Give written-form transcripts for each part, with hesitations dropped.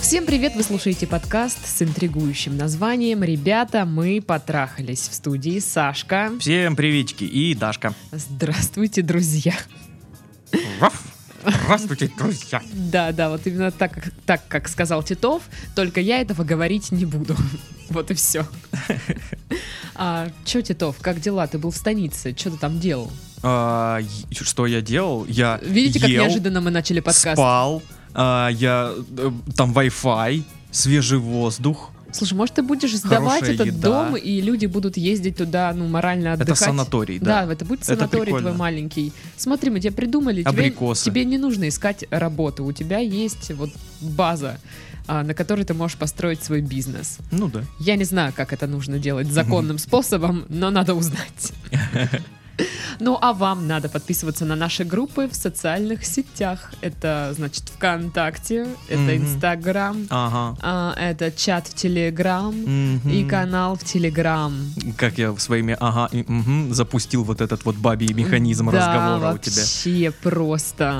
Всем привет! Вы слушаете подкаст с интригующим названием «Ребята, мы потрахались». В студии Сашка. Всем приветики и Дашка. Здравствуйте, друзья. Здравствуйте, друзья. Да, вот именно так, как сказал Титов, только я этого говорить не буду. Вот и все. Че, Титов, как дела? Ты был в станице, что ты там делал? Что я делал? Я Видите, как ел, неожиданно мы начали подкаст? спал, там Wi-Fi, свежий воздух. Слушай, может, ты будешь сдавать этот еда. дом, и люди будут ездить туда, морально отдыхать? Это санаторий, да. Да, это будет санаторий твой маленький. Смотри, мы тебе придумали, тебе не нужно искать работу, у тебя есть вот база, на которой ты можешь построить свой бизнес. Ну да. Я не знаю, как это нужно делать законным способом, но надо узнать. Ну, а вам надо подписываться на наши группы в социальных сетях. Это, значит, ВКонтакте, это Инстаграм, это чат в Телеграм и канал в Телеграм. Как я своими запустил вот этот вот бабий механизм разговора у тебя. Да, вообще просто.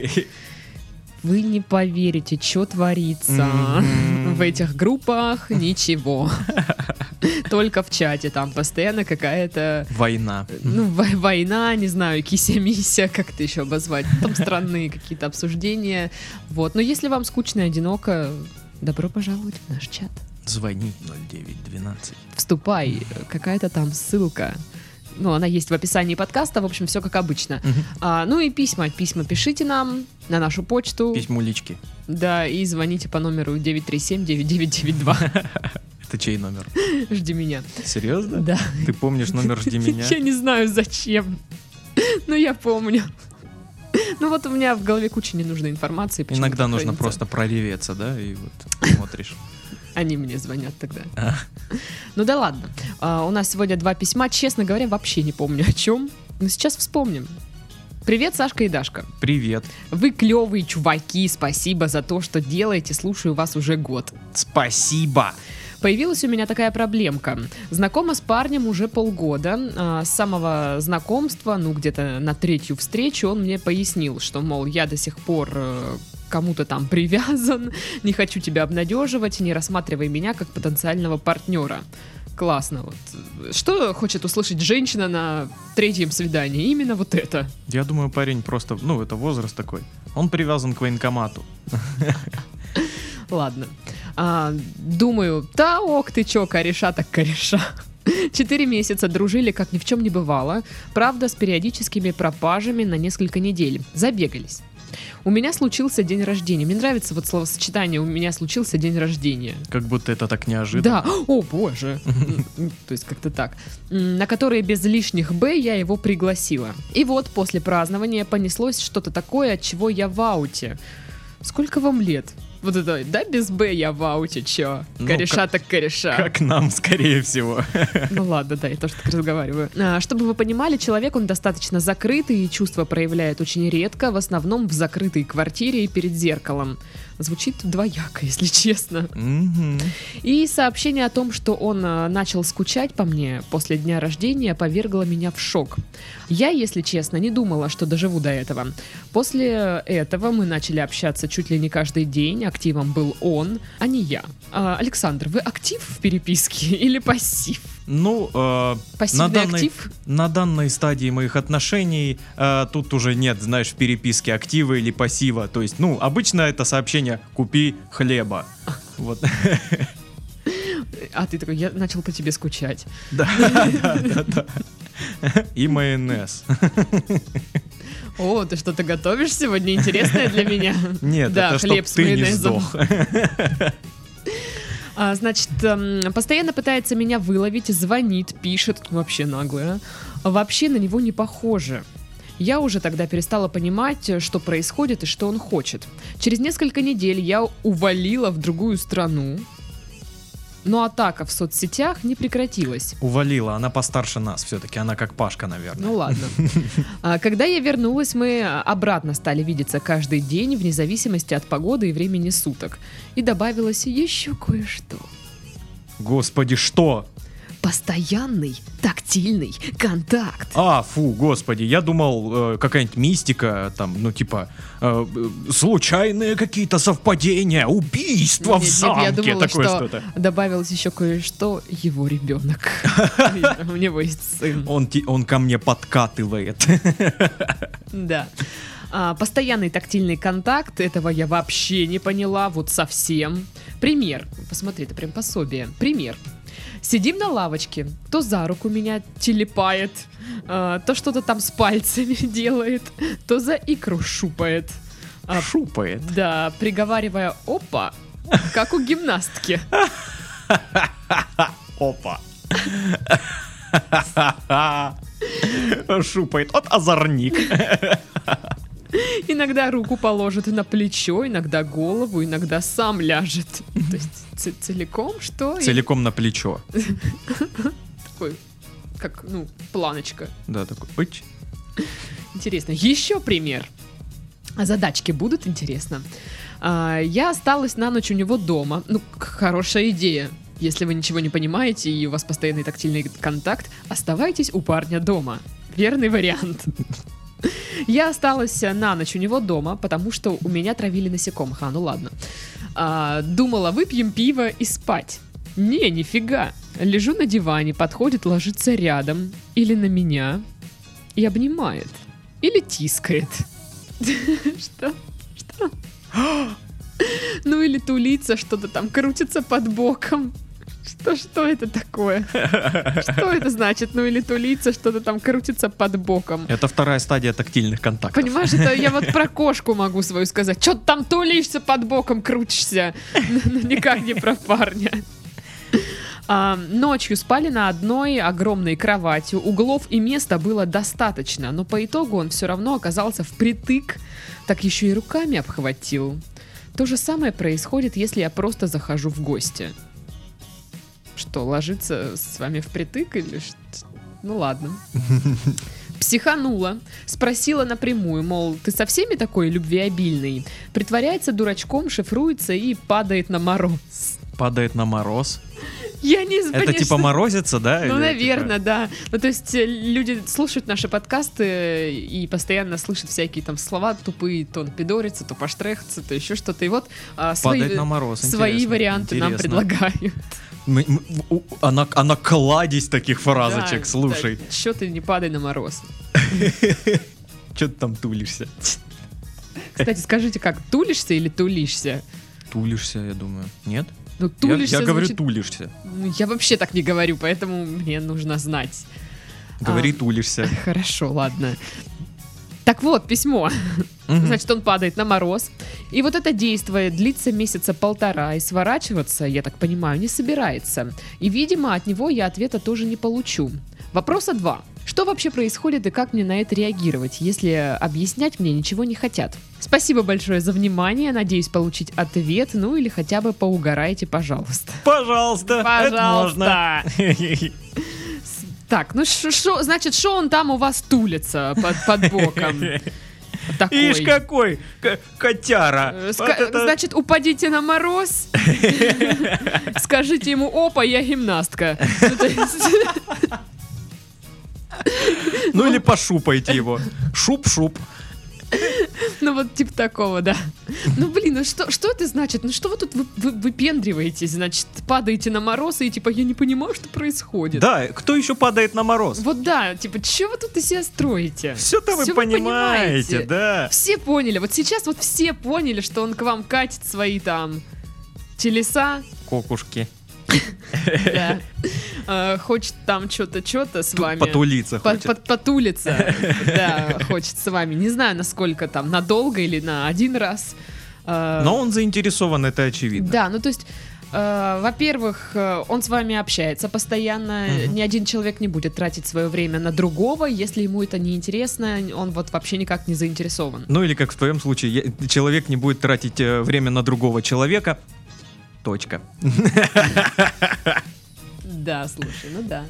Вы не поверите, что творится в этих группах. Ничего. Только в чате там постоянно какая-то... Война. Война, не знаю, кися-мися, как это еще обозвать. Там странные какие-то обсуждения. Вот. Но если вам скучно и одиноко, добро пожаловать в наш чат. Звони 0912. Вступай, какая-то там ссылка. Она есть в описании подкаста, в общем, все как обычно. И письма пишите нам на нашу почту. Письмулички. Да, и звоните по номеру 937-9992. Это чей номер? Жди меня. Серьезно? Да. Ты помнишь номер «Жди меня»? Я не знаю зачем, но я помню. Вот у меня в голове куча ненужной информации. Иногда нужно просто прореветься, да, и вот смотришь. Они мне звонят тогда. Ну да ладно. У нас сегодня 2 письма. Честно говоря, вообще не помню о чем. Но сейчас вспомним. Привет, Сашка и Дашка. Привет. Вы клевые чуваки. Спасибо за то, что делаете. Слушаю вас уже год. Спасибо. Появилась у меня такая проблемка. Знакома с парнем уже полгода. С самого знакомства, где-то на 3-ю встречу, он мне пояснил, что, мол, я до сих пор кому-то там привязан, не хочу тебя обнадеживать, не рассматривай меня как потенциального партнера. Классно. Вот. Что хочет услышать женщина на 3-м свидании? Именно вот это. Я думаю, парень просто, это возраст такой. Он привязан к военкомату. Ладно. Думаю, ты чё, кореша так кореша. 4 месяца дружили, как ни в чем не бывало. Правда, с периодическими пропажами на несколько недель. Забегались. У меня случился день рождения. Мне нравится вот словосочетание «у меня случился день рождения». Как будто это так неожиданно. Да, о боже. То есть как-то так. На которые без лишних «б» я его пригласила. И вот после празднования понеслось что-то такое, от чего я в ауте. Сколько вам лет? Вот это, да, без «б» я в ауте, чё? Кореша так кореша. Как нам, скорее всего. Ну ладно, да, я тоже так разговариваю. Чтобы вы понимали, человек, он достаточно закрытый и чувства проявляет очень редко, в основном в закрытой квартире и перед зеркалом. Звучит двояко, если честно. И сообщение о том, что он начал скучать по мне после дня рождения, повергло меня в шок. Я, если честно, не думала, что доживу до этого. После этого мы начали общаться чуть ли не каждый день. Активом был он, а не я. Александр, вы актив в переписке или пассив? Пассивный актив? На данной стадии моих отношений тут уже нет, знаешь, в переписке актива или пассива. То есть, обычно это сообщение «купи хлеба». Вот. А ты такой, я начал по тебе скучать. Да. И майонез. О, ты что-то готовишь сегодня интересное для меня? Нет, да, это хлеб чтоб ты не сдох. Значит, постоянно пытается меня выловить, звонит, пишет, вообще наглая. Вообще на него не похоже. Я уже тогда перестала понимать, что происходит и что он хочет. Через несколько недель я увалила в другую страну. Но атака в соцсетях не прекратилась. Увалила, она постарше нас все-таки, она как Пашка, наверное. Ну ладно. Когда я вернулась, мы обратно стали видеться каждый день, вне зависимости от погоды и времени суток. И добавилось еще кое-что. Господи, что? Постоянный тактильный контакт. Фу, господи, я думал, какая-нибудь мистика, там, ну, типа, случайные какие-то совпадения, убийства в Нет, замке, я думала, такое что что-то. добавилось еще кое-что, его ребенок. У него есть сын. Он ко мне подкатывает. Да. Постоянный тактильный контакт, этого я вообще не поняла, вот совсем. Пример, посмотри, это прям пособие. Пример. Сидим на лавочке, то за руку меня телепает, то что-то там с пальцами делает, то за икру шупает. Шупает. Да, приговаривая «опа», как у гимнастки. Опа. Шупает. Вот озорник. Иногда руку положит на плечо, иногда голову, иногда сам ляжет. То есть целиком что? Целиком на плечо. Такой, как, планочка. Да, такой. Ой. Интересно. Еще пример. А задачки будут, интересно. Я осталась на ночь у него дома. Хорошая идея. Если вы ничего не понимаете и у вас постоянный тактильный контакт, оставайтесь у парня дома. Верный вариант. Я осталась на ночь у него дома, потому что у меня травили насекомых. Ну ладно. Думала, выпьем пиво и спать. Нифига. Лежу на диване, подходит, ложится рядом. Или на меня. И обнимает. Или тискает. Что? Ну или тулится, что-то там крутится под боком. Что это такое? Что это значит? Ну или тулиться, что-то там крутится под боком. Это вторая стадия тактильных контактов. Понимаешь, это я вот про кошку могу свою сказать. Что ты там тулишься под боком, крутишься? Ну никак не про парня. Ночью спали на одной огромной кровати. Углов и места было достаточно, но по итогу он все равно оказался впритык, так еще и руками обхватил. То же самое происходит, если я просто захожу в гости. Что, ложиться с вами впритык или что? Ну ладно. Психанула, спросила напрямую, мол, ты со всеми такой любвеобильный? Притворяется дурачком, шифруется и падает на мороз. Падает на мороз? Я не знаю. Это типа морозится, да? Ну, наверное, да. Ну, то есть люди слушают наши подкасты и постоянно слышат всякие там слова тупые, то он пидорится, то поштрехаться, то еще что-то. И вот падает на мороз. Свои варианты нам предлагают. Она кладезь таких фразочек, да, слушай. Да, чё ты не падай на мороз? Чё ты там тулишься? Кстати, скажите, как, тулишься или тулишься? Тулишься, я думаю. Нет? Ну, тулишься, я говорю звучит... тулишься. Я вообще так не говорю, поэтому мне нужно знать. Говори тулишься. Хорошо, ладно. Так вот, письмо. Значит, он падает на мороз. И вот это действие длится месяца полтора. И сворачиваться, я так понимаю, не собирается. И, видимо, от него я ответа тоже не получу. Вопроса 2. Что вообще происходит и как мне на это реагировать, если объяснять мне ничего не хотят? Спасибо большое за внимание. Надеюсь получить ответ. Ну или хотя бы поугарайте, пожалуйста. Пожалуйста. Пожалуйста. Так, ну значит, что он там у вас тулится под боком? Такой. Ишь какой котяра. Значит, упадите на мороз. Скажите ему: опа, я гимнастка. Ну или пошупайте его. Шуп-шуп. Ну вот типа такого, да. Ну блин, ну что это значит? Ну что вы тут выпендриваетесь? Значит, падаете на мороз и типа я не понимаю, что происходит. Да, кто еще падает на мороз? Вот да, типа, чего вы тут из себя строите? Все-то вы понимаете, да. Все поняли, вот сейчас вот все поняли, что он к вам катит свои там телеса. Кокушки. Да. Хочет там что-то с вами. Потулиться хочет. Потулиться, да, хочет с вами. Не знаю, насколько там, надолго или на один раз. Но он заинтересован, это очевидно. Да, ну то есть, во-первых, он с вами общается постоянно. Ни один человек не будет тратить свое время на другого, если ему это не интересно, он вот вообще никак не заинтересован. Ну или как в твоем случае, человек не будет тратить время на другого человека. Точка. Да, слушай, ну да.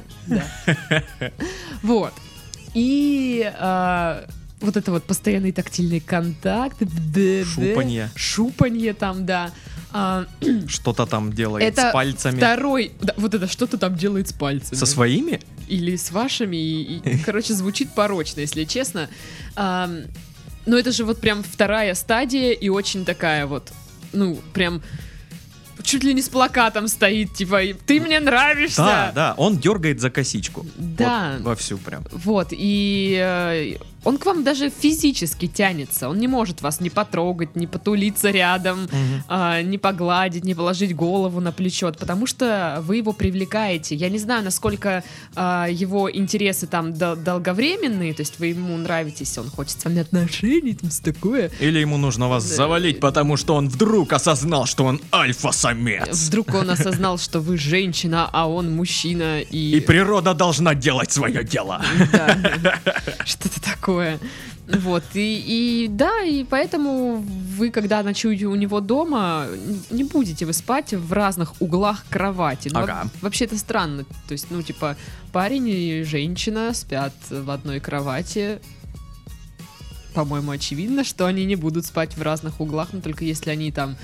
Вот. И вот это вот постоянный тактильный контакт. Шупанье. Шупанье там, да. Что-то там делает Это с пальцами. второй... Да, вот это что-то там делает с пальцами. Со своими? Или с вашими. Короче, звучит порочно, если честно. Но это же вот прям вторая стадия и очень такая вот, ну, прям чуть ли не с плакатом стоит, типа, ты мне нравишься. Да, он дергает за косичку. Да. Вот, вовсю прям. Вот, и он к вам даже физически тянется. Он не может вас ни потрогать, ни потулиться рядом, ни погладить, ни положить голову на плечо, потому что вы его привлекаете. Я не знаю, насколько его интересы там долговременные, то есть вы ему нравитесь, он хочет с вами отношений, там все такое. Или ему нужно вас завалить, потому что он вдруг осознал, что он альфа-самец. Вдруг он осознал, что вы женщина, а он мужчина. И природа должна делать свое дело. Да, что-то такое. Вот, и поэтому вы, когда ночуете у него дома, не будете вы спать в разных углах кровати. Ну, Ага. вообще это странно. То есть, ну, типа, парень и женщина спят в одной кровати. По-моему, очевидно, что они не будут спать в разных углах, но только если они там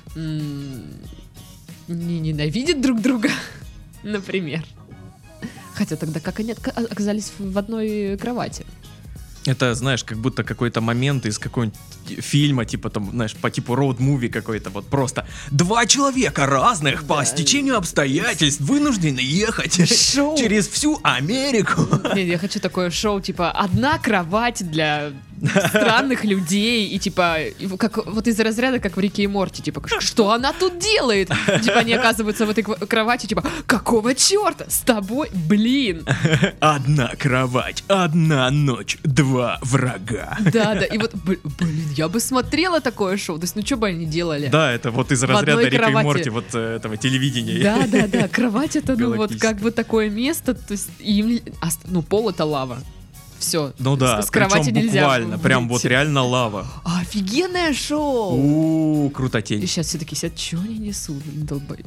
не ненавидят друг друга, например. Хотя тогда как они оказались в одной кровати? Это, знаешь, как будто какой-то момент из какого-нибудь фильма, типа там, знаешь, по типу роуд-муви какой-то, вот просто два человека разных по стечению обстоятельств вынуждены ехать через всю Америку. Нет, я хочу такое шоу, типа, одна кровать для странных людей, и типа, как вот из разряда, как в Рике и Морти, типа, что она тут делает? Типа, они оказываются в этой кровати, типа, какого черта? С тобой? Блин! Одна кровать, одна ночь, два врага. Да, и вот, блин, я бы смотрела такое шоу, то есть, ну что бы они делали? Да, это вот из разряда одной Рика и кровати. Морти, вот этого телевидения. Да, кровать это, ну, вот Галактическая. как бы такое место, то есть, им, ну, пол это лава. Все. Ну да, с кровати причем нельзя. буквально, прям вот выйти. реально лава. Офигенное шоу! Крутотень. И сейчас все такие сидят, что они несут, долбай.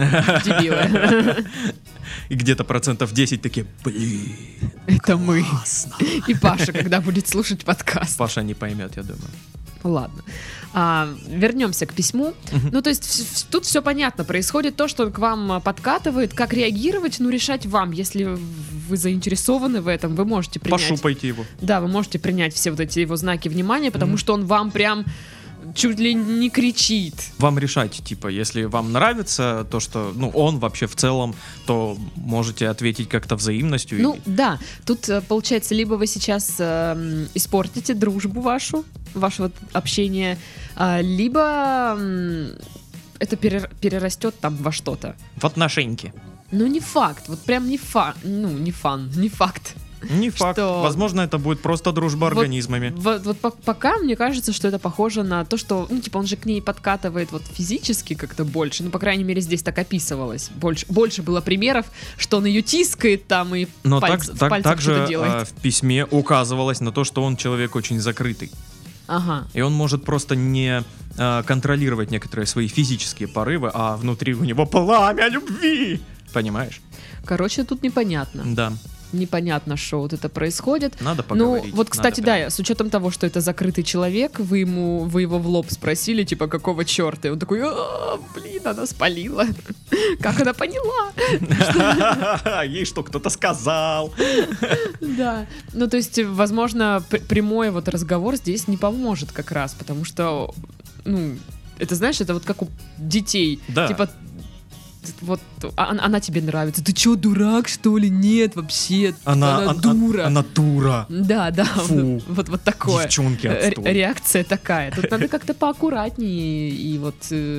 Дебилы. И где-то 10% такие, блин, Это мы. классно. И Паша, когда будет слушать подкаст. Паша не поймет, я думаю. Ладно. Вернемся к письму. Ну, то есть тут все понятно. Происходит то, что он к вам подкатывает. Как реагировать, ну, решать вам. Если вы заинтересованы в этом, вы можете принять. Пошупайте его. Да, вы можете принять все вот эти его знаки внимания, потому что он вам прям чуть ли не кричит. Вам решать, типа, если вам нравится то, что, ну, он вообще в целом, то можете ответить как-то взаимностью. Ну, да. Тут, получается, либо вы сейчас испортите дружбу ваше вот общение, либо это перерастет там во что-то. В отношеньки. Ну, не факт. Вот прям не факт. Ну, не факт. Не факт. Что- Возможно, это будет просто дружба Вот- организмами. Вот пока мне кажется, что это похоже на то, что, ну, типа, он же к ней подкатывает вот физически как-то больше. Ну, по крайней мере, здесь так описывалось. Больше было примеров, что он ее тискает там и Но в пальцах также что-то делает. в письме указывалось на то, что он человек очень закрытый. Ага. И он может просто не контролировать некоторые свои физические порывы, а внутри у него пламя любви. Понимаешь? Короче, тут непонятно. Да. Непонятно, что вот это происходит. Надо Ну, поговорить. вот, кстати, надо да, с учетом того, что это закрытый человек, вы его в лоб спросили, типа, какого черта? И он такой, блин, она спалила. Как она поняла? прям. Ей что, кто-то сказал. Да. Ну, то есть, возможно, прямой вот разговор здесь не поможет как раз, потому что, ну, это, знаешь, это вот как у детей. Да. Типа, вот она тебе нравится. Ты чё, дурак, что ли? Нет, вообще. Она дура. Она дура. Да, Фу. вот такое. Девчонки, отстой. Реакция такая. Тут надо как-то поаккуратнее. И вот,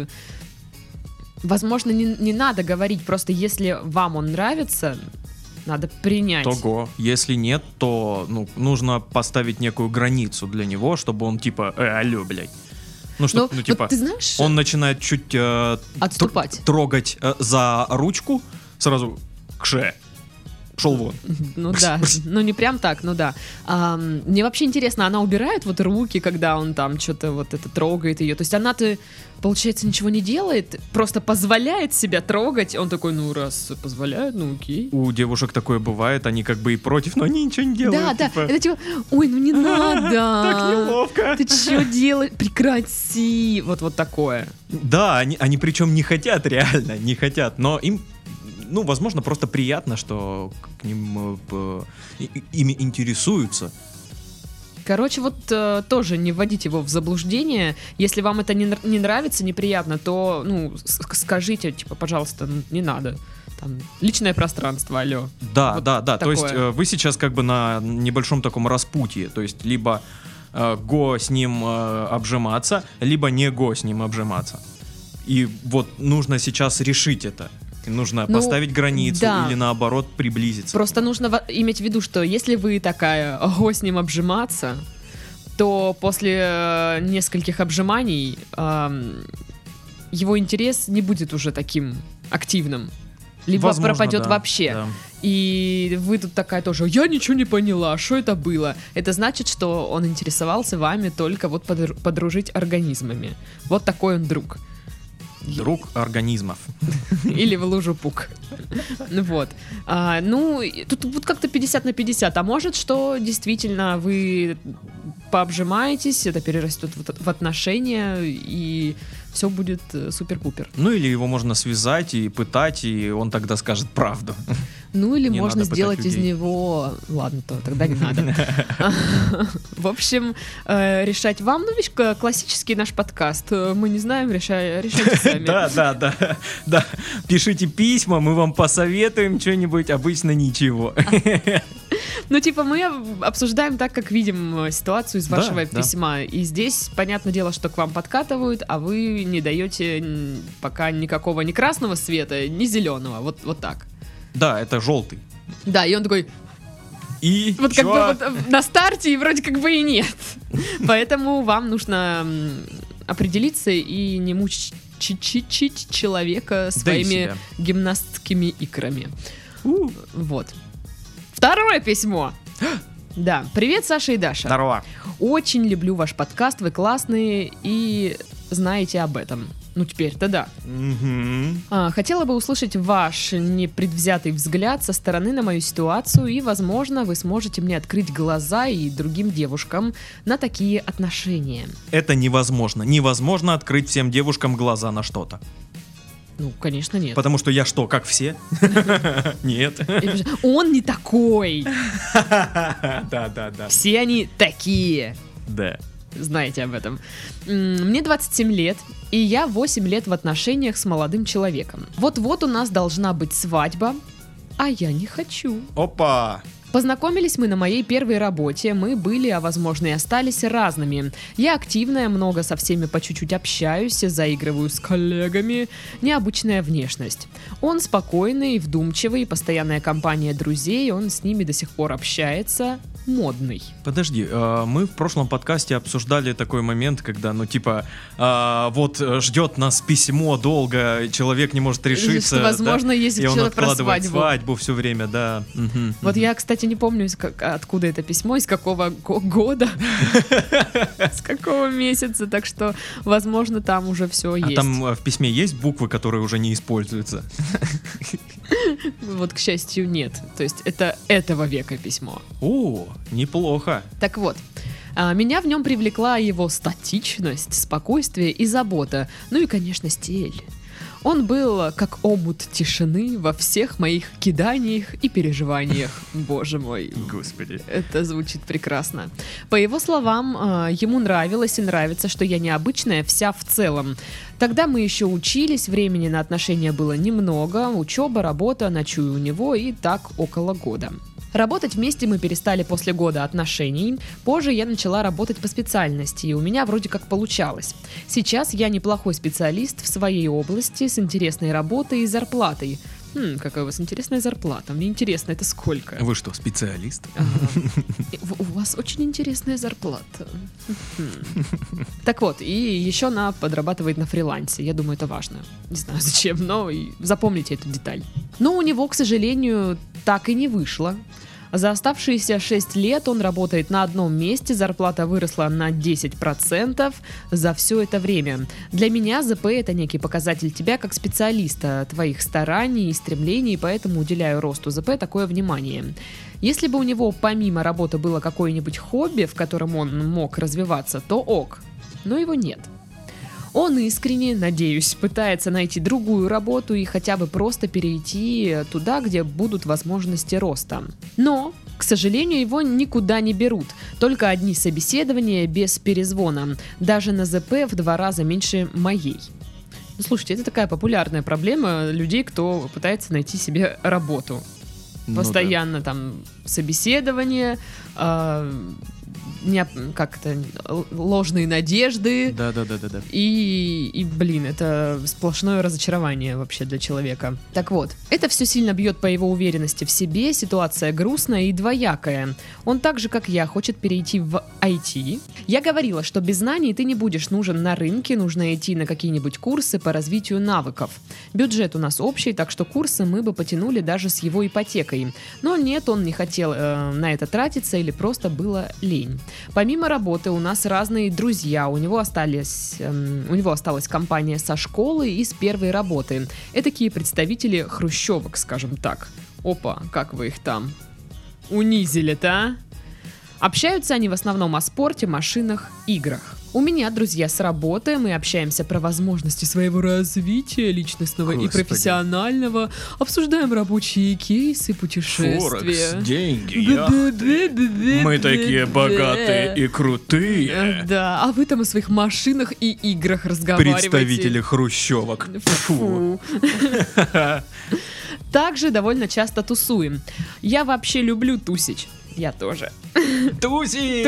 возможно, не надо говорить. Просто если вам он нравится, надо принять. Того. Если нет, то ну, нужно поставить некую границу для него, чтобы он типа, алло, блядь. Ну, что, Но ну, типа, вот ты знаешь, он начинает чуть отступать. трогать за ручку, сразу кше. шел вон. Ну да, ну не прям так, ну да. Мне вообще интересно, она убирает вот руки, когда он там что-то вот это трогает ее? То есть она-то, получается, ничего не делает, просто позволяет себя трогать. Он такой, ну раз позволяют, ну окей. У девушек такое бывает, они как бы и против, но они ничего не делают. Да, типа. это типа, ой, ну не надо. Так неловко. Ты что делаешь? Прекрати. Вот такое. Да, они причем не хотят, реально, не хотят, но им, ну, возможно, просто приятно, что к ним ими интересуются. Короче, вот тоже не вводите его в заблуждение. Если вам это не нравится, неприятно, то, ну, скажите, типа, пожалуйста, не надо. Там, личное пространство, алло. Да, Вот да. такое. То есть вы сейчас как бы на небольшом таком распутье. То есть либо го с ним обжиматься, либо не го с ним обжиматься. И вот нужно сейчас решить это. Нужно поставить границу, да. Или наоборот приблизиться. Просто нужно иметь в виду, что если вы такая, го с ним обжиматься, то после нескольких обжиманий его интерес не будет уже таким активным. Либо возможно, пропадет да, вообще. Да. И вы тут такая тоже, я ничего не поняла, что это было? Это значит, что он интересовался вами только вот подружить организмами. Вот такой он друг. Друг организмов. Или в лужу пук. Вот. Ну, тут вот как-то 50 на 50. А может, что действительно вы пообжимаетесь, это перерастет в отношения, и все будет супер-пупер. Ну или его можно связать и пытать, и он тогда скажет правду. Ну или Не можно надо пытать сделать из людей. него... Ладно, то тогда не надо. В общем, решать вам. Ну, видишь, классический наш подкаст. Мы не знаем, решайте сами. Да. Пишите письма, мы вам посоветуем что-нибудь, обычно ничего. Ну, типа, мы обсуждаем так, как видим ситуацию из вашего Да. письма. И здесь, понятное дело, что к вам подкатывают, а вы не даете пока никакого ни красного света, ни зеленого. Вот так. Да, это желтый. Да, и он такой... И Вот чё? как бы вот на старте и вроде как бы и нет. Поэтому вам нужно определиться и не мучить человека своими себя. гимнастскими икрами. Вот. Второе письмо. Да. Привет, Саша и Даша. Здорово. Очень люблю ваш подкаст, вы классные и знаете об этом. Ну, теперь-то да. Хотела бы услышать ваш непредвзятый взгляд со стороны на мою ситуацию, и, возможно, вы сможете мне открыть глаза и другим девушкам на такие отношения. Это невозможно. Невозможно открыть всем девушкам глаза на что-то. Ну, конечно, нет. Потому что я что, как все? Нет. Он не такой. Да. Все они такие. Да. Знаете об этом. Мне 27 лет, и я 8 лет в отношениях с молодым человеком. Вот-вот у нас должна быть свадьба, а я не хочу. Опа! Познакомились мы на моей первой работе, мы были, а возможно и остались разными. Я активная, много со всеми по чуть-чуть общаюсь, заигрываю с коллегами, необычная внешность. Он спокойный, вдумчивый, постоянная компания друзей, он с ними до сих пор общается, модный. Подожди, мы в прошлом подкасте обсуждали такой момент, когда, ну, типа, вот ждет нас письмо долго, человек не может решиться. Что, возможно, да, есть и он что-то про откладывает свадьбу. свадьбу все время, да. Вот я, кстати, не помню, откуда это письмо, из какого года, с какого месяца, так что, возможно, там уже все есть. А там в письме есть буквы, которые уже не используются? Вот, к счастью, нет. То есть это этого века письмо. О, неплохо. Так вот, меня в нем привлекла его статичность, спокойствие и забота. Ну и, конечно, стиль. Он был как омут тишины во всех моих киданиях и переживаниях. Боже мой. Господи. Это звучит прекрасно. По его словам, ему нравилось и нравится, что я необычная вся в целом. Тогда мы еще учились, времени на отношения было немного, учеба, работа, ночую у него и так около года. Работать вместе мы перестали после года отношений. Позже я начала работать по специальности, и у меня вроде как получалось. Сейчас я неплохой специалист в своей области с интересной работой и зарплатой. Какая у вас интересная зарплата. Мне интересно, это сколько? Вы что, специалист? У вас очень интересная зарплата. Так вот, и еще она подрабатывает на фрилансе. Я думаю, это важно. Не знаю зачем, но запомните эту деталь. Но у него, к сожалению, так и не вышло. За оставшиеся 6 лет он работает на одном месте, зарплата выросла на 10% за все это время. Для меня ЗП — это некий показатель тебя как специалиста, твоих стараний и стремлений, поэтому уделяю росту ЗП такое внимание. Если бы у него помимо работы было какое-нибудь хобби, в котором он мог развиваться, то ок, но его нет. Он искренне, надеюсь, пытается найти другую работу и хотя бы просто перейти туда, где будут возможности роста. Но, к сожалению, его никуда не берут. Только одни собеседования без перезвона. Даже на ЗП в 2 раза меньше моей. Ну, слушайте, это такая популярная проблема людей, кто пытается найти себе работу. Постоянно там собеседование, как-то ложные надежды. Да. И, блин, это сплошное разочарование вообще для человека. Так вот, это все сильно бьет по его уверенности в себе, ситуация грустная и двоякая. Он так же, как я, хочет перейти в IT. Я говорила, что без знаний ты не будешь нужен на рынке, нужно идти на какие-нибудь курсы по развитию навыков. Бюджет у нас общий, так что курсы мы бы потянули даже с его ипотекой. Но нет, он не хотел на это тратиться или просто было лень. Помимо работы у нас разные друзья, у него осталась компания со школы и с первой работы. Этакие представители хрущевок, скажем так. Опа, как вы их там унизили-то, а? Общаются они в основном о спорте, машинах, играх. У меня друзья с работы, мы общаемся про возможности своего развития личностного и профессионального, обсуждаем рабочие кейсы, путешествия. Форекс, деньги, яхты. Мы такие богатые и крутые. Да, а вы там о своих машинах и играх разговариваете. Представители хрущевок. Фу. Также довольно часто тусуем. Я вообще люблю тусить. Я тоже. Тусич!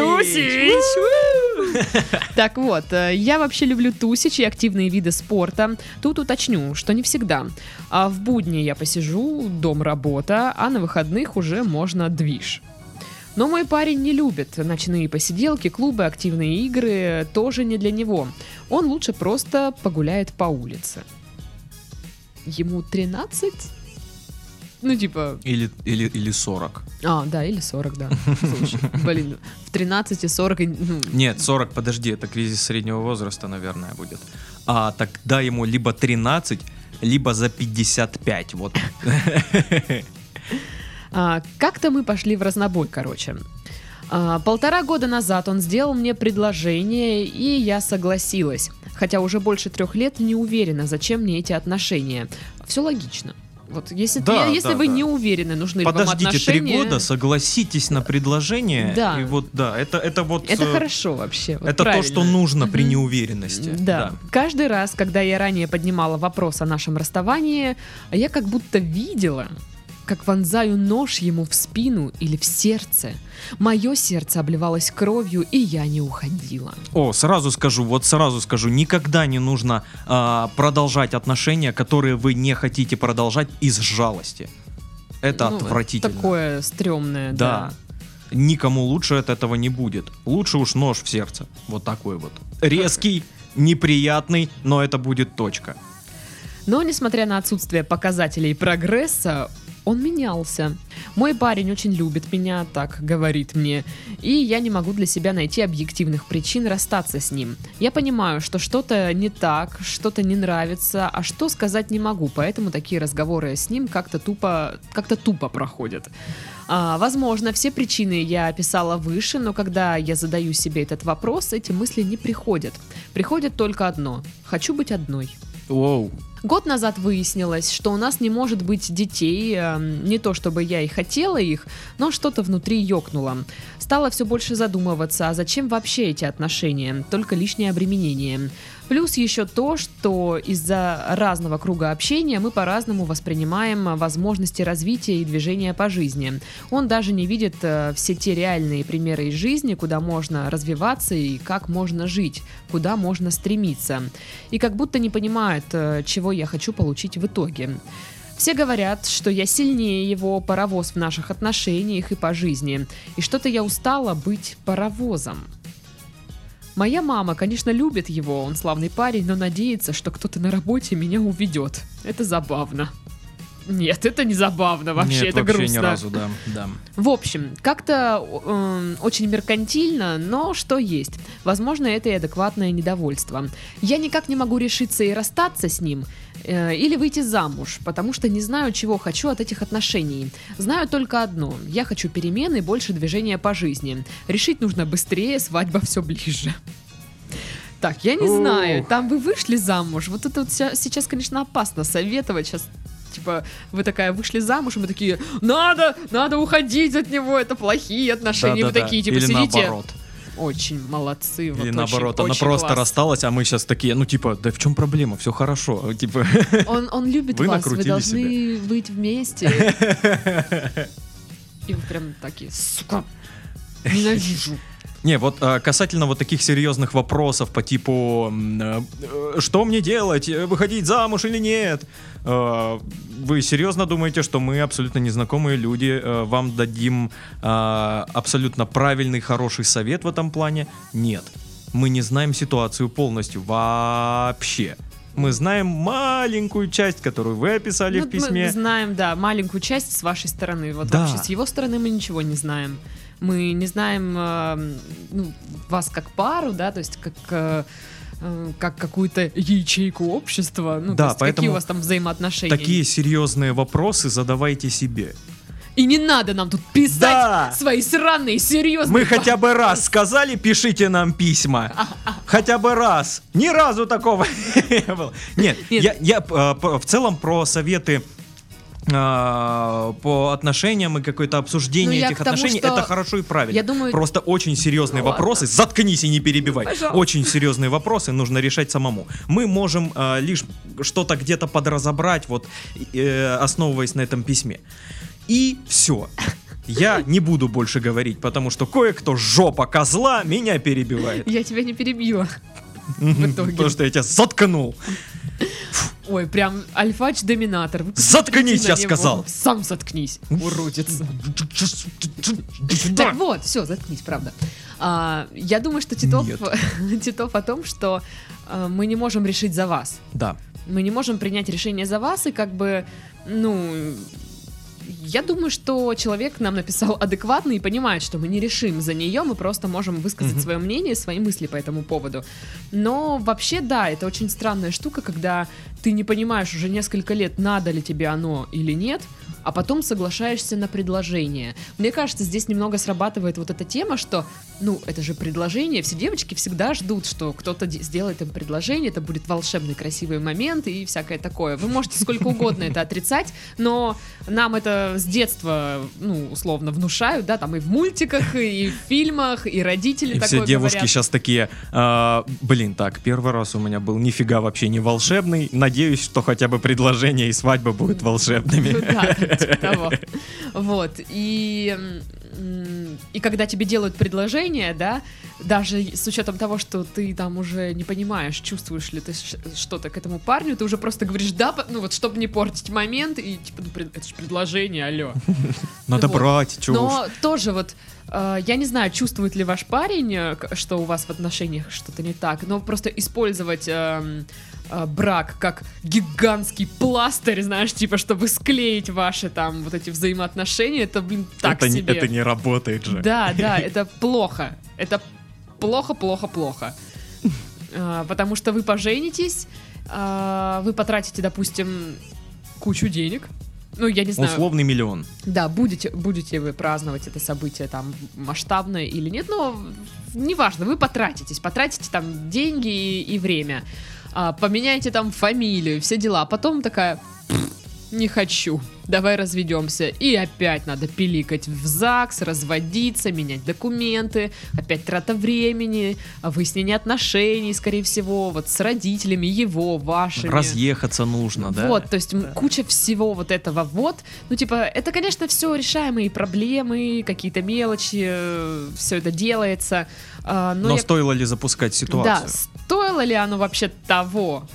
Так вот, я вообще люблю тусич и активные виды спорта. Тут уточню, что не всегда. А в будни я посижу, дом-работа, а на выходных уже можно движ. Но мой парень не любит ночные посиделки, клубы, активные игры, тоже не для него. Он лучше просто погуляет по улице. Ему 13? Ну, типа... Или 40. Да, или 40, да. Слушай, блин, в 13 и 40... Нет, 40, подожди, это кризис среднего возраста, наверное, будет. Тогда ему либо 13, либо за 55, вот. Как-то мы пошли в разнобой, короче. 1,5 года назад он сделал мне предложение, и я согласилась. Хотя уже больше 3 лет не уверена, зачем мне эти отношения. Все логично. Вот, если вы не уверены, нужны ли вам отношения... Подождите 3 года, согласитесь на предложение. Да. И вот, да, это вот... Это хорошо вообще. Вот это правильно. то, что нужно при неуверенности. Да. Каждый раз, когда я ранее поднимала вопрос о нашем расставании, я как будто видела, как вонзаю нож ему в спину или в сердце. Мое сердце обливалось кровью, и я не уходила. Сразу скажу, никогда не нужно продолжать отношения, которые вы не хотите продолжать из жалости. Это отвратительно. Такое стрёмное, да. Никому лучше от этого не будет. Лучше уж нож в сердце. Вот такой вот. Резкий, неприятный, но это будет точка. Но, несмотря на отсутствие показателей прогресса, он менялся. Мой парень очень любит меня, так говорит мне, и я не могу для себя найти объективных причин расстаться с ним. Я понимаю, что что-то не так, что-то не нравится, а что сказать не могу, поэтому такие разговоры с ним как-то тупо проходят. Возможно, все причины я описала выше, но когда я задаю себе этот вопрос, эти мысли не приходят. Приходит только одно: хочу быть одной. Воу. Год назад выяснилось, что у нас не может быть детей, не то чтобы я и хотела их, но что-то внутри ёкнуло. Стала все больше задумываться, а зачем вообще эти отношения, только лишнее обременение. Плюс еще то, что из-за разного круга общения мы по-разному воспринимаем возможности развития и движения по жизни. Он даже не видит все те реальные примеры из жизни, куда можно развиваться и как можно жить, куда можно стремиться. И как будто не понимает, чего я хочу получить в итоге. Все говорят, что я сильнее его, паровоз в наших отношениях и по жизни. И что-то я устала быть паровозом. Моя мама, конечно, любит его, он славный парень, но надеется, что кто-то на работе меня уведет. Это забавно. Нет, это не забавно вообще, Нет, это вообще грустно. ни разу, да. В общем, как-то очень меркантильно, но что есть. Возможно, это и адекватное недовольство. Я никак не могу решиться и расстаться с ним, или выйти замуж, потому что не знаю, чего хочу от этих отношений. Знаю только одно. Я хочу перемены и больше движения по жизни. Решить нужно быстрее, свадьба все ближе. Так, я не знаю, там вы вышли замуж. Вот это вот сейчас, конечно, опасно советовать. Сейчас, типа, вы такая вышли замуж, и мы такие, надо уходить от него, это плохие отношения. Вы такие, типа, или сидите. наоборот. Очень молодцы. Или вот наоборот, очень, она очень просто класс. рассталась, а мы сейчас такие, ну типа, да в чем проблема, все хорошо. Типа, Он любит Вы вас, вы накрутили должны быть вместе. И вы прям такие, сука, ненавижу. Не, вот касательно вот таких серьезных вопросов по типу, что мне делать, выходить замуж или нет? Вы серьезно думаете, что мы абсолютно незнакомые люди, вам дадим абсолютно правильный, хороший совет в этом плане? Нет. Мы не знаем ситуацию полностью вообще. Мы знаем маленькую часть, которую вы описали в письме. Мы знаем, да, маленькую часть с вашей стороны. Вот Да. вообще с его стороны мы ничего не знаем. Мы не знаем вас как пару, да, то есть как какую-то ячейку общества. Ну, Да, то есть поэтому какие у вас там взаимоотношения. Такие серьезные вопросы задавайте себе. И не надо нам тут писать Да. свои сраные, серьезные... Мы хотя бы раз сказали, пишите нам письма. Хотя бы раз. Ни разу такого не было. Нет, Нет. я в целом про советы по отношениям и какое-то обсуждение я этих к тому, отношений, что это хорошо и правильно. я думаю- Просто очень серьезные Ну, вопросы. Заткнись и не перебивай. Пожалуйста. Очень серьезные вопросы нужно решать самому. Мы можем лишь что-то где-то подразобрать, вот основываясь на этом письме. И все. Я не буду больше говорить, потому что кое-кто жопа козла меня перебивает. Я тебя не перебила. В итоге. Потому что я тебя заткнул. Ой, прям альфач-доминатор. Вы Заткнись, посмотрите я на него. сказал. Сам заткнись, уродец. Так вот, все, заткнись, правда. Я думаю, что Титов о том, что мы не можем решить за вас. Да. Мы не можем принять решение за вас, и как бы, я думаю, что человек нам написал адекватно и понимает, что мы не решим за нее, мы просто можем высказать свое мнение, свои мысли по этому поводу. Но вообще, да, это очень странная штука, когда ты не понимаешь уже несколько лет, надо ли тебе оно или нет, а потом соглашаешься на предложение. Мне кажется, здесь немного срабатывает вот эта тема, что, это же предложение, все девочки всегда ждут, что кто-то сделает им предложение, это будет волшебный, красивый момент и всякое такое. Вы можете сколько угодно это отрицать, но нам это с детства, условно, внушают, да, там и в мультиках, и в фильмах, и родители И такое все девушки говорят. сейчас такие, так, первый раз у меня был нифига вообще не волшебный. Надеюсь, что хотя бы предложение и свадьба будут волшебными. Да, типа того. Вот. И когда тебе делают предложение, да, даже с учетом того, что ты там уже не понимаешь, чувствуешь ли ты что-то к этому парню, ты уже просто говоришь «да», чтобы не портить момент, и типа, это же предложение, алло. Надо Вот. брать, чего уж. Но тоже вот, я не знаю, чувствует ли ваш парень, что у вас в отношениях что-то не так, но просто использовать брак как гигантский пластырь, знаешь, типа, чтобы склеить ваши там вот эти взаимоотношения, это, так себе. Это не работает же. Да, это плохо. Это плохо. Потому что вы поженитесь, вы потратите, допустим, кучу денег. Я не знаю. Условный миллион. Да, будете вы праздновать это событие там масштабное или нет, но неважно, вы потратите там деньги и время, поменяете там фамилию, все дела, а потом такая, не хочу, давай разведемся, и опять надо пиликать в ЗАГС, разводиться, менять документы, опять трата времени, выяснение отношений, скорее всего, вот с родителями его, вашими. Разъехаться нужно, да? Вот, то есть куча всего вот этого вот. Это, конечно, все решаемые проблемы, какие-то мелочи, все это делается. Но стоило ли запускать ситуацию? Да, стоило ли оно вообще того?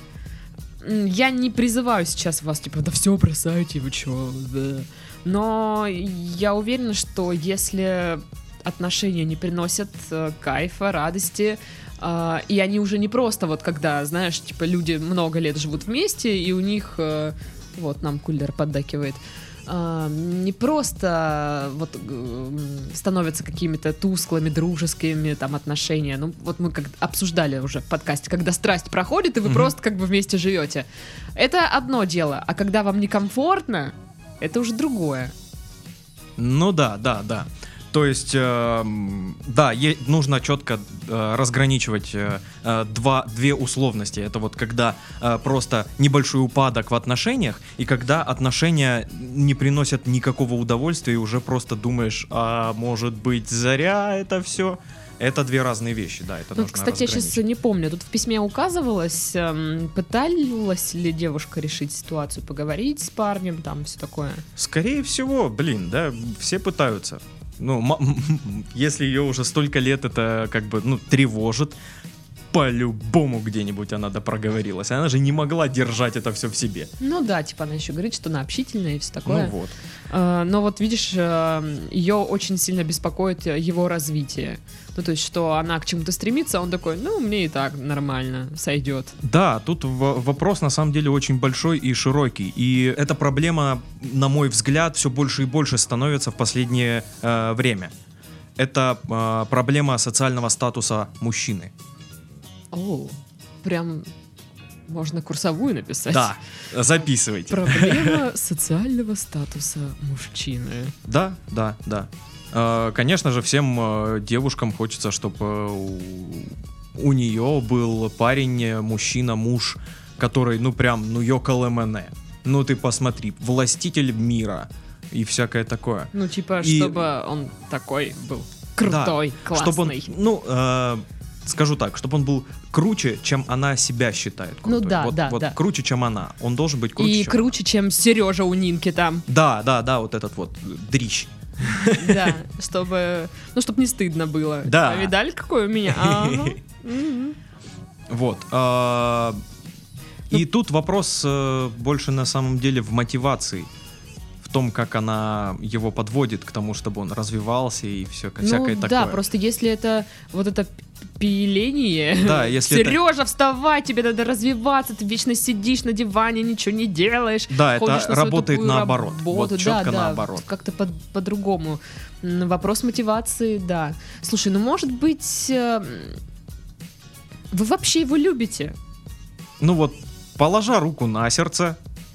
Я не призываю сейчас вас, типа, да все бросайте, вы чё, да. Но я уверена, что если отношения не приносят кайфа, радости, и они уже не просто вот когда, знаешь, типа люди много лет живут вместе, и у них Вот, нам кулер поддакивает. Не просто вот становятся какими-то тусклыми, дружескими там отношения. Ну, вот мы как обсуждали уже в подкасте, когда страсть проходит, и вы просто как бы вместе живете. Это одно дело, а когда вам некомфортно, это уже другое. Ну да. То есть, да, нужно четко разграничивать две условности. Это вот когда просто небольшой упадок в отношениях, и когда отношения не приносят никакого удовольствия, и уже просто думаешь, а может быть зря это все. Это две разные вещи, да, это нужно кстати, я сейчас не помню, тут в письме указывалось, пыталась ли девушка решить ситуацию, поговорить с парнем, там все такое. Скорее всего, да, все пытаются. Ну, если ее уже столько лет это как бы, тревожит, по-любому где-нибудь она проговорилась. Она же не могла держать это все в себе. Ну да, типа она еще говорит, что она общительная и все такое. Ну вот. Но вот видишь, ее очень сильно беспокоит его развитие. Ну то есть, что она к чему-то стремится, а он такой, мне и так нормально, сойдет. Да, тут вопрос на самом деле очень большой и широкий. И эта проблема, на мой взгляд, все больше и больше становится в последнее время. Это проблема социального статуса мужчины. О, прям можно курсовую написать. Да, записывайте. Проблема социального статуса мужчины. Да. Конечно же, всем девушкам хочется, чтобы у нее был парень, мужчина, муж, который, ёкало мене. Ну ты посмотри, властитель мира и всякое такое. Чтобы он такой был крутой, да, классный. Чтобы он, скажу так, чтобы он был круче, чем она себя считает крутой. Да. Круче, чем она. Он должен быть круче, и чем круче, чем Сережа у Нинки там. Да, вот этот вот дрищ. Да, чтобы не стыдно было. Да. А видали, какой у меня? Вот. И тут вопрос больше на самом деле в мотивации. В том, как она его подводит к тому, чтобы он развивался и всякое такое. Да, просто если это вот это пиление. Да, если Сережа, вставай, тебе надо развиваться, ты вечно сидишь на диване, ничего не делаешь. Да, это работает наоборот. Вот четко наоборот. Как-то по-другому. Вопрос мотивации, да. Слушай, может быть, вы вообще его любите? Положа руку на сердце.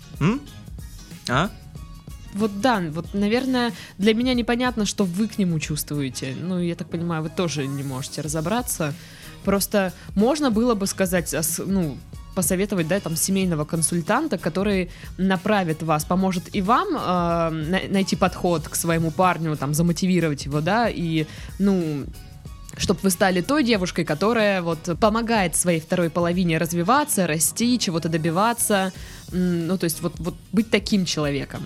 Наверное, для меня непонятно, что вы к нему чувствуете. Я так понимаю, вы тоже не можете разобраться. Просто можно было бы сказать, посоветовать, семейного консультанта, который направит вас, поможет и вам найти подход к своему парню, замотивировать его, и, чтобы вы стали той девушкой, которая помогает своей второй половине развиваться, расти, чего-то добиваться, то есть быть таким человеком.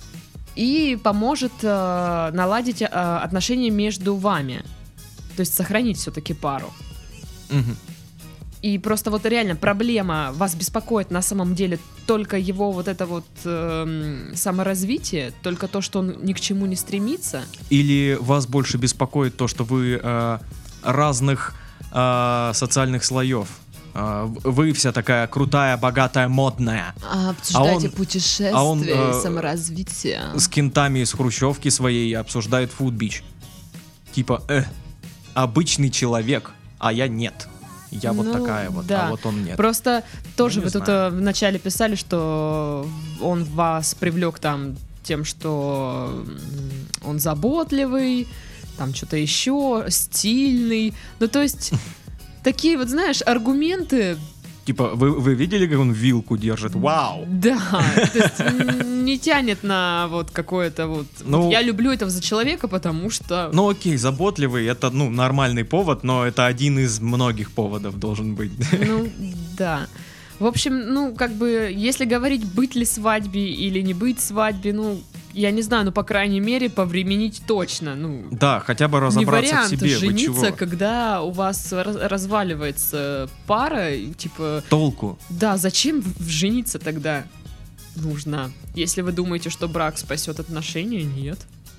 И поможет наладить отношения между вами. То есть сохранить все-таки пару. Угу. И просто реально проблема вас беспокоит на самом деле только его саморазвитие, только то, что он ни к чему не стремится. Или вас больше беспокоит то, что вы разных социальных слоев. Вы вся такая крутая, богатая, модная. Обсуждаете путешествия, саморазвитие. С кентами из хрущевки своей обсуждает фуд-бич. Типа, обычный человек, а я нет. Я такая да. А вот он нет. Просто тоже вы тут вначале писали, что он вас привлек тем, что он заботливый, что-то еще, стильный. То есть... Такие аргументы... Типа, вы видели, как он вилку держит? Вау! Да, то есть не тянет на какое-то я люблю этого за человека, потому что... Окей, заботливый, это, нормальный повод, но это один из многих поводов должен быть. Да. В общем, если говорить, быть ли свадьбе или не быть свадьбе, я не знаю, по крайней мере, повременить точно. Да, хотя бы разобраться в себе. Не вариант жениться, когда у вас разваливается пара, типа... Толку. Да, зачем жениться тогда нужно? Если вы думаете, что брак спасет отношения, нет.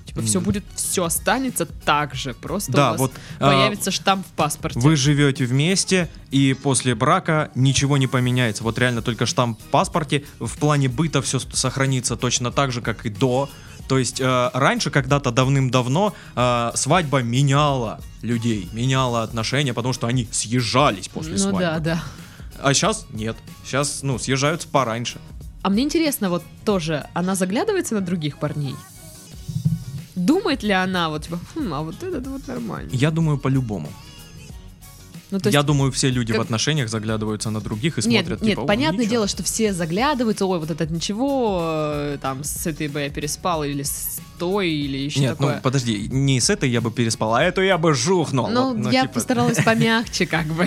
Типа все останется так же, просто Да, у вас вот, появится штамп в паспорте. Вы живете вместе, и после брака ничего не поменяется. Вот реально только штамп в паспорте. В плане быта все сохранится точно так же, как и до. То есть раньше, когда-то давным-давно, свадьба меняла людей, меняла отношения, потому что они съезжались после свадьбы. Ну да. А сейчас нет. Сейчас, съезжаются пораньше. А мне интересно, вот тоже, она заглядывается на других парней? Думает ли она, вот типа, а вот этот вот нормально? Я думаю, по-любому. Ну, то есть, Я думаю, все люди в отношениях заглядываются на других и смотрят, Нет, типа, понятное ничего. дело, что все заглядываются, ой, вот этот ничего, там, с этой бы я переспал, или с той, или еще Нет, такое. подожди, не с этой я бы переспал, а эту я бы жухнул. Ну, я постаралась помягче, как бы.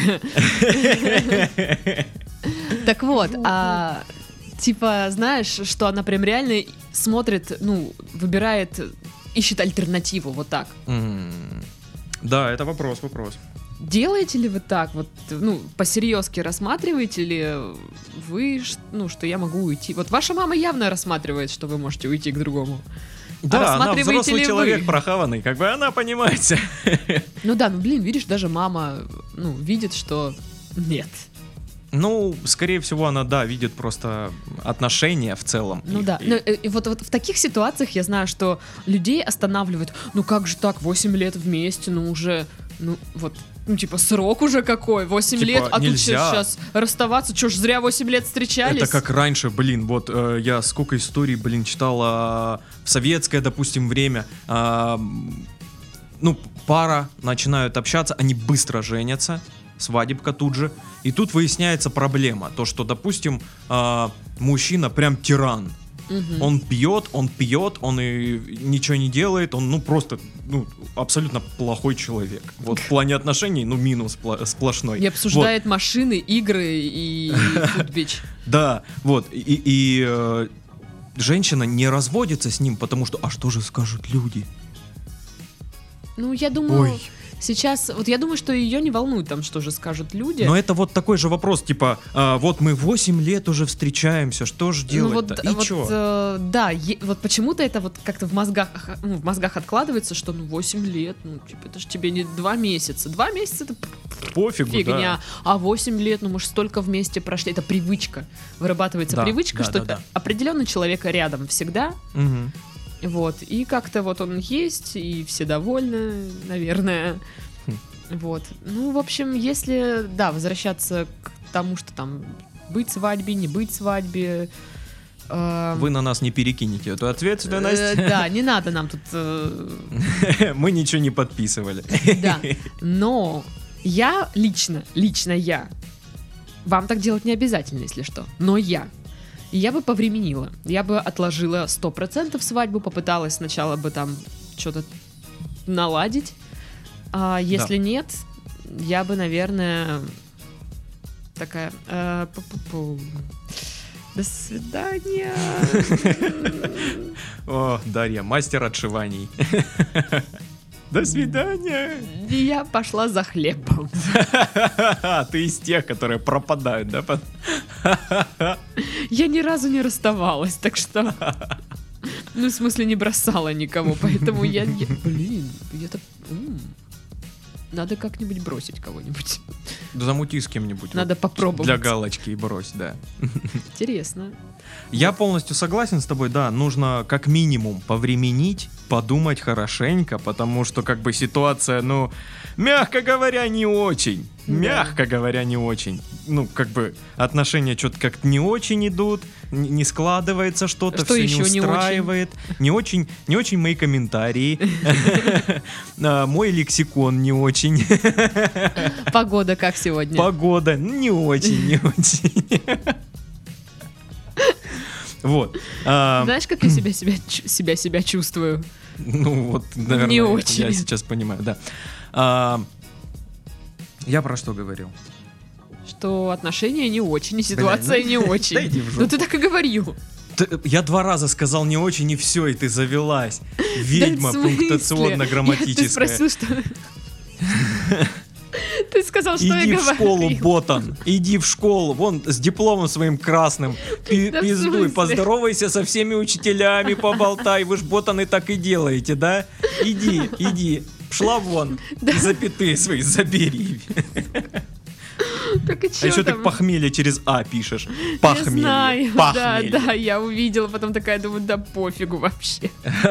Так вот, типа, знаешь, что она прям реально смотрит, выбирает, ищет альтернативу, вот так. Да, это вопрос. Делаете ли вы так, вот, по-серьезки рассматриваете ли вы, что я могу уйти? Вот ваша мама явно рассматривает, что вы можете уйти к другому. Да, она взрослый ли человек, вы? прохаванный, как бы она понимает. Ну да, видишь, даже мама, видит, что нет. Скорее всего, она, видит просто отношения в целом. Ну да, и вот в таких ситуациях я знаю, что людей останавливают, как же так, 8 лет вместе, уже, срок уже какой, 8 Типа, лет, а нельзя. тут сейчас расставаться, что ж, зря 8 лет встречались? Это как раньше, вот я сколько историй, читал в советское, допустим, время. Пара начинают общаться, они быстро женятся, свадебка тут же. И тут выясняется проблема, то что, допустим, мужчина прям тиран. Угу. Он пьет, он и ничего не делает, он просто абсолютно плохой человек. Вот в плане отношений, минус сплошной. И обсуждает машины, игры и футбич. Да, вот, и женщина не разводится с ним, потому что, а что же скажут люди? Я думаю... Ой. Сейчас, я думаю, что ее не волнует там, что же скажут люди. Но это вот такой же вопрос, типа, вот мы 8 лет уже встречаемся, что же делать-то? И чё? Да, вот почему-то это вот как-то в мозгах откладывается, что 8 лет, это же тебе не 2 месяца. 2 месяца это пофигу, фигня, а 8 лет, мы же столько вместе прошли. Это привычка. Вырабатывается привычка, что определенный человек рядом всегда. Угу. Вот, и как-то вот он есть, и все довольны, наверное. Вот. В общем, если, возвращаться к тому, что там быть свадьбе, не быть свадьбе. Вы на нас не перекинете эту ответственность. Да, не надо нам тут... Мы ничего не подписывали. Да, но я лично я, вам так делать не обязательно, если что, но я бы повременила. Я бы отложила 100% свадьбу, попыталась сначала бы там что-то наладить. А если нет, я бы, наверное, такая... До свидания. О, Дарья, мастер отшиваний. До свидания. И я пошла за хлебом. Ты из тех, которые пропадают, да? Я ни разу не расставалась, так что... в смысле, не бросала никого, поэтому я так... Надо как-нибудь бросить кого-нибудь. Да замути с кем-нибудь. Надо попробовать. Для галочки и брось, да. Интересно. Я полностью согласен с тобой, да, нужно как минимум повременить, подумать хорошенько, потому что как бы ситуация, мягко говоря, не очень. Да. Мягко говоря, не очень. Как бы отношения что-то как-то не очень идут, не складывается что-то, что все еще не устраивает. Не очень мои комментарии. Мой лексикон не очень. Погода как сегодня? Погода не очень. Вот. Знаешь, как я себя чувствую? Наверное, не очень. Я сейчас понимаю, да. Я про что говорил? Что отношения не очень, и ситуация не очень. Да иди в жопу. Ты так и говорил. Я 2 раза сказал не очень, и все, и ты завелась. Ведьма Да в смысле? пунктуационно-грамматическая. Ты спросил, что... Ты сказал, сказал, что я Иди в школу, говорил. ботан. Иди в школу. Вон с дипломом своим красным. Да в Пиздуй. смысле? Поздоровайся со всеми учителями, поболтай. Вы ж ботаны так и делаете, да? Иди. Пшла вон. И запятые свои забери. Так и А чё еще ты там? похмелье через А пишешь. Я Похмелье. знаю, Похмелье. да, я увидела, потом такая думаю, да пофигу вообще.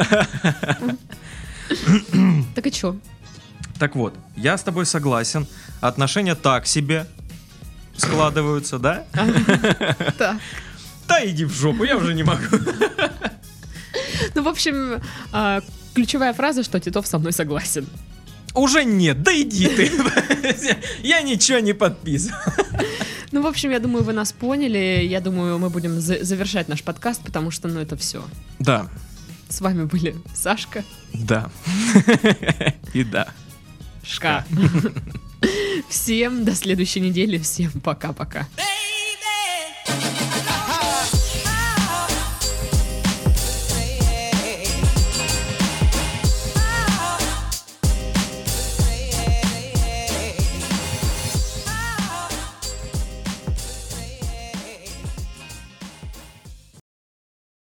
Так и чё? Так вот, я с тобой согласен. Отношения так себе складываются, да? Так. Да иди в жопу, я уже не могу. Ну, в общем, ключевая фраза, что Титов со мной согласен. Уже нет, да иди ты. Я ничего не подписывал. Ну, в общем, я думаю, вы нас поняли. Я думаю, мы будем завершать наш подкаст, потому что, ну, это все. Да, С вами были Сашка, да. И да. Шка. Всем до следующей недели. Всем пока-пока.